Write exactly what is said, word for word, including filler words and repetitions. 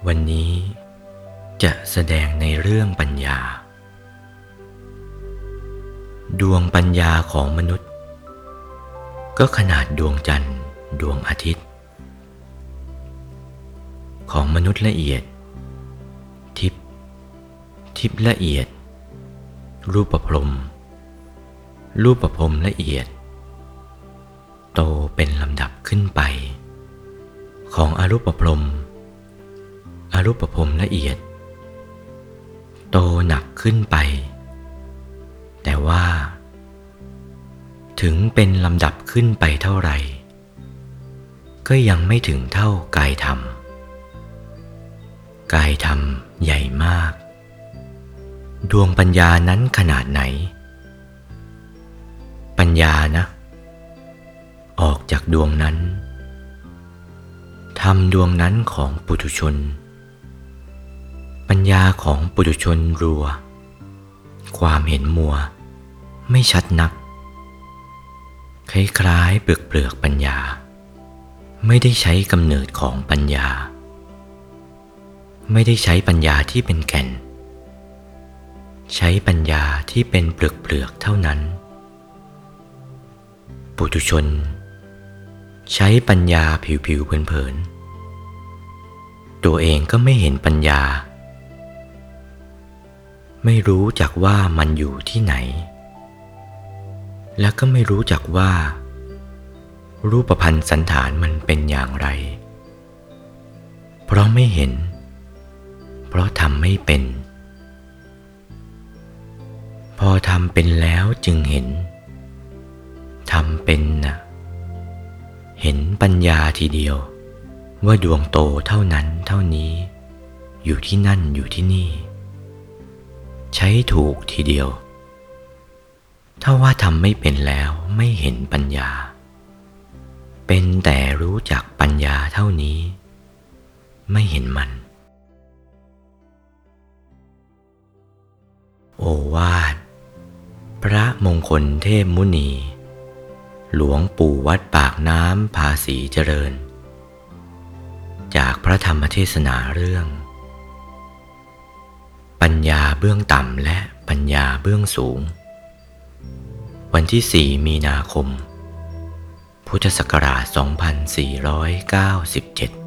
วันนี้จะแสดงในเรื่องปัญญาดวงปัญญาของมนุษย์ก็ขนาดดวงจันทร์ดวงอาทิตย์ของมนุษย์ละเอียดทิพย์ทิพย์ละเอียดรูปพรหมรูปพรหมละเอียดโตเป็นลำดับขึ้นไปของอรูปพรหมอรูปพรหมละเอียดโตหนักขึ้นไปแต่ว่าถึงเป็นลำดับขึ้นไปเท่าไหร่ก็ยังไม่ถึงเท่ากายธรรมกายธรรมใหญ่มากดวงปัญญานั้นขนาดไหนปัญญานะออกจากดวงนั้นธรรมดวงนั้นของปุถุชนปัญญาของปุถุชนรัวความเห็นมัวไม่ชัดนักคล้ายๆเปลือกเปลือกปัญญาไม่ได้ใช้กำเนิดของปัญญาไม่ได้ใช้ปัญญาที่เป็นแก่นใช้ปัญญาที่เป็นเปลือกเปลือกเท่านั้นปุถุชนใช้ปัญญาผิวๆเผินๆตัวเองก็ไม่เห็นปัญญาไม่รู้จักว่ามันอยู่ที่ไหนและก็ไม่รู้จักว่ารูปพรรณสันฐานมันเป็นอย่างไรเพราะไม่เห็นเพราะทำไม่เป็นพอทำเป็นแล้วจึงเห็นทำเป็นน่ะเห็นปัญญาทีเดียวว่าดวงโตเท่านั้นเท่านี้อยู่ที่นั่นอยู่ที่นี่ใช้ถูกทีเดียวถ้าว่าทำไม่เป็นแล้วไม่เห็นปัญญาเป็นแต่รู้จักปัญญาเท่านี้ไม่เห็นมันโอวาทพระมงคลเทพมุนีหลวงปู่วัดปากน้ำภาษีเจริญจากพระธรรมเทศนาเรื่องปัญญาเบื้องต่ำและปัญญาเบื้องสูงวันที่สี่มีนาคมพุทธศักราชสองพันสี่ร้อยเก้าสิบเจ็ด